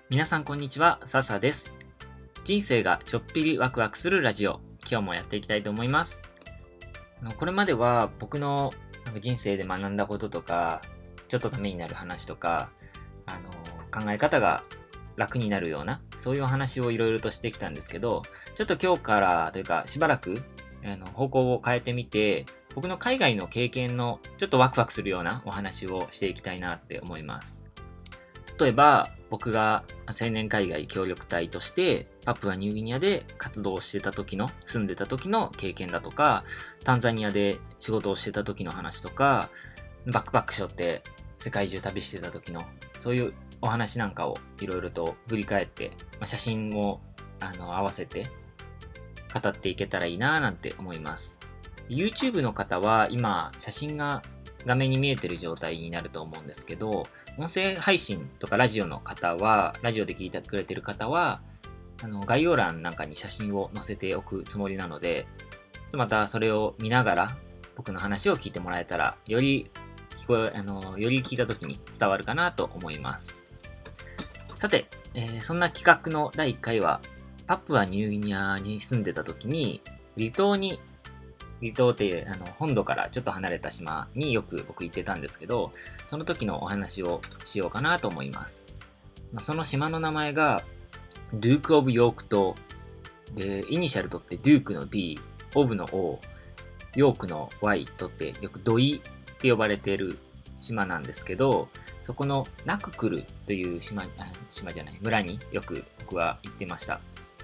皆さんこんにちは、笹です。人生がちょっぴりワクワクするラジオ、今日もやっていきたいと思います。これまでは僕の人生で学んだこととか、ちょっとためになる話とか、考え方が楽になるような、そういうお話をいろいろとしてきたんですけど、ちょっと今日からというかしばらく方向を変えてみて、僕の海外の経験のちょっとワクワクするようなお話をしていきたいなって思います。例えば、僕が青年海外協力隊としてパプアニューギニアで活動してた時の、住んでた時の経験だとか、タンザニアで仕事をしてた時の話とか、バックパック背負って世界中旅してた時の、そういうお話なんかをいろいろと振り返って、写真も合わせて語っていけたらいいなぁなんて思います。YouTube の方は今写真が画面に見えてる状態になると思うんですけど、音声配信とかラジオの方は、ラジオで聞いてくれてる方は、概要欄なんかに写真を載せておくつもりなので、またそれを見ながら僕の話を聞いてもらえたら、より聞いた時に伝わるかなと思います。さて、そんな企画の第1回は、パプアニューギニアに住んでた時に、離島っていう本土からちょっと離れた島によく僕行ってたんですけど、その時のお話をしようかなと思います。その島の名前がデューク・オブ・ヨーク島で、イニシャルとってデュークの D、オブの O、ヨークの Y とってよくドイって呼ばれている島なんですけど、そこのナククルという村によく僕は行ってました。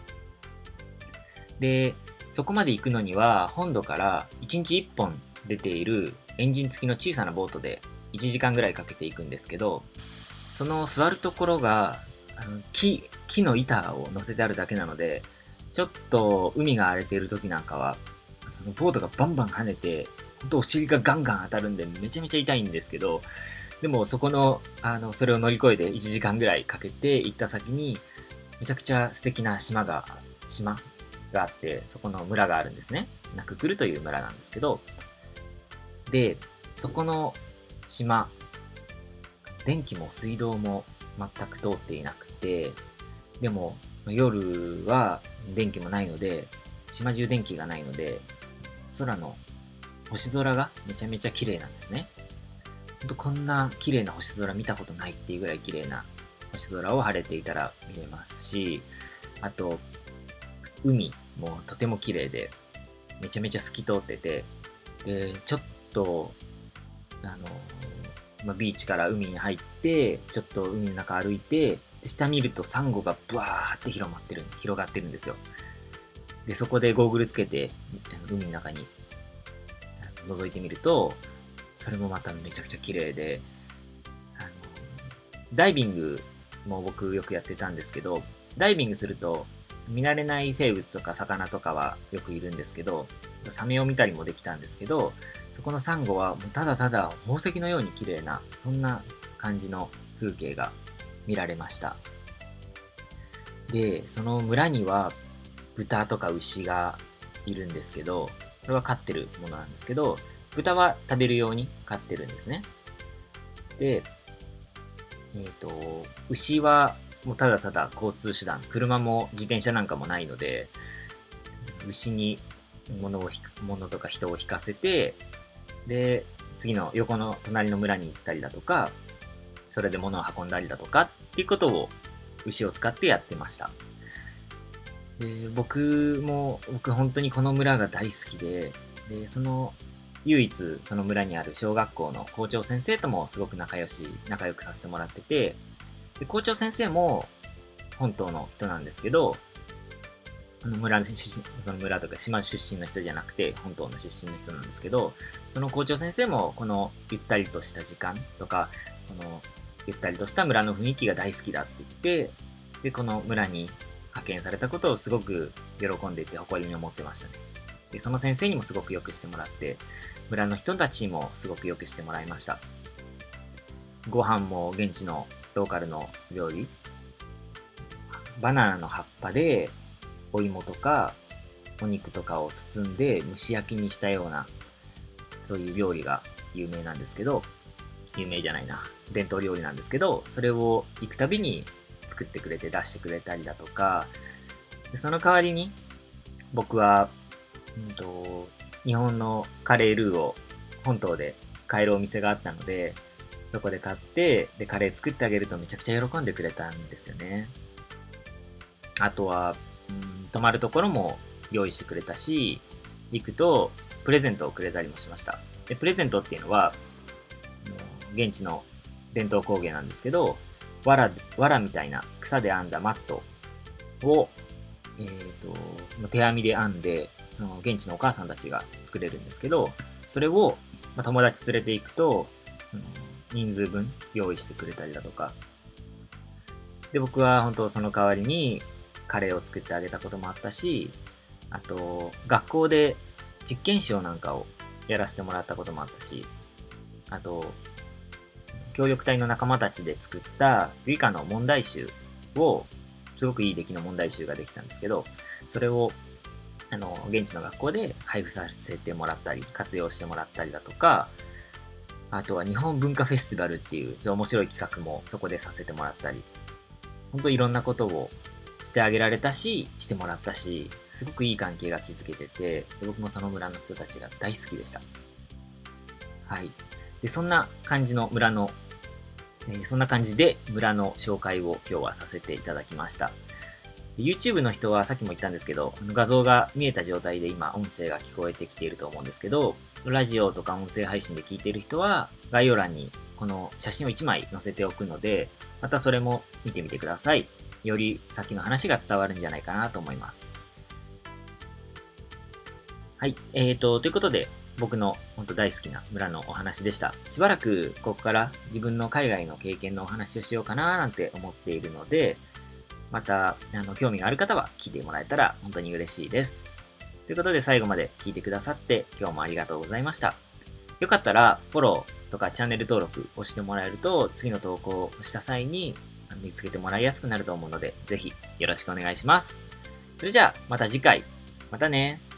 で、そこまで行くのには本土から1日1本出ているエンジン付きの小さなボートで1時間ぐらいかけていくんですけど、その座るところが木の板を乗せてあるだけなので、ちょっと海が荒れている時なんかはそのボートがバンバン跳ねて、本当お尻がガンガン当たるんでめちゃめちゃ痛いんですけど、でもそこのそれを乗り越えて1時間ぐらいかけて行った先にめちゃくちゃ素敵な島があって、そこの村があるんですね。ナククルという村なんですけど、で、そこの島、電気も水道も全く通っていなくて、でも夜は電気もないので、島中電気がないので、空の星空がめちゃめちゃ綺麗なんですね。ほんとこんな綺麗な星空見たことないっていうぐらい綺麗な星空を晴れていたら見れますし、あと、海もとても綺麗で、めちゃめちゃ透き通ってて、で、ちょっと、ビーチから海に入って、ちょっと海の中歩いて、下見るとサンゴがブワーって広がってるんですよ。で、そこでゴーグルつけて、海の中に覗いてみると、それもまためちゃくちゃ綺麗で、ダイビングも僕よくやってたんですけど、ダイビングすると、見慣れない生物とか魚とかはよくいるんですけど、サメを見たりもできたんですけど、そこのサンゴはもうただただ宝石のように綺麗な、そんな感じの風景が見られました。で、その村には豚とか牛がいるんですけど、これは飼ってるものなんですけど、豚は食べるように飼ってるんですね。で、牛はもうただただ交通手段、車も自転車なんかもないので、牛に物とか人を引かせて、で、次の横の隣の村に行ったりだとか、それで物を運んだりだとかっていうことを牛を使ってやってました。で、僕本当にこの村が大好きで、唯一その村にある小学校の校長先生ともすごく仲良くさせてもらってて、で校長先生も本島の人なんですけど、その村とか島出身の人じゃなくて本島の出身の人なんですけど、その校長先生もこのゆったりとした時間とか、このゆったりとした村の雰囲気が大好きだって言って、でこの村に派遣されたことをすごく喜んでいて誇りに思ってましたね。でその先生にもすごく良くしてもらって、村の人たちにもすごく良くしてもらいました。ご飯も現地のローカルの料理、バナナの葉っぱでお芋とかお肉とかを包んで蒸し焼きにしたような、そういう料理が有名なんですけど、有名じゃないな、伝統料理なんですけど、それを行くたびに作ってくれて出してくれたりだとか、その代わりに僕は、日本のカレールーを本島で買えるお店があったので、そこで買って、で、カレー作ってあげるとめちゃくちゃ喜んでくれたんですよね。あとは、泊まるところも用意してくれたし、行くとプレゼントをくれたりもしました。で、プレゼントっていうのは、現地の伝統工芸なんですけど、藁みたいな草で編んだマットを、手編みで編んで、その現地のお母さんたちが作れるんですけど、それを、友達連れて行くと、その人数分用意してくれたりだとか。で、僕は本当その代わりにカレーを作ってあげたこともあったし、あと、学校で実験ショーなんかをやらせてもらったこともあったし、あと、協力隊の仲間たちで作った理科の問題集を、すごくいい出来の問題集ができたんですけど、それを、現地の学校で配布させてもらったり、活用してもらったりだとか、あとは日本文化フェスティバルっていう面白い企画もそこでさせてもらったり、本当いろんなことをしてあげられたし、してもらったし、すごくいい関係が築けてて、僕もその村の人たちが大好きでした。はい。で、そんな感じで村の紹介を今日はさせていただきました。YouTube の人はさっきも言ったんですけど、画像が見えた状態で今音声が聞こえてきていると思うんですけど、ラジオとか音声配信で聞いている人は概要欄にこの写真を1枚載せておくので、またそれも見てみてください。よりさっきの話が伝わるんじゃないかなと思います。はい。ということで、僕の本当大好きな村のお話でした。しばらくここから自分の海外の経験のお話をしようかななんて思っているので、また、興味がある方は聞いてもらえたら本当に嬉しいです。ということで最後まで聞いてくださって今日もありがとうございました。よかったらフォローとかチャンネル登録をしてもらえると次の投稿をした際に見つけてもらいやすくなると思うので、ぜひよろしくお願いします。それじゃあまた次回。またね。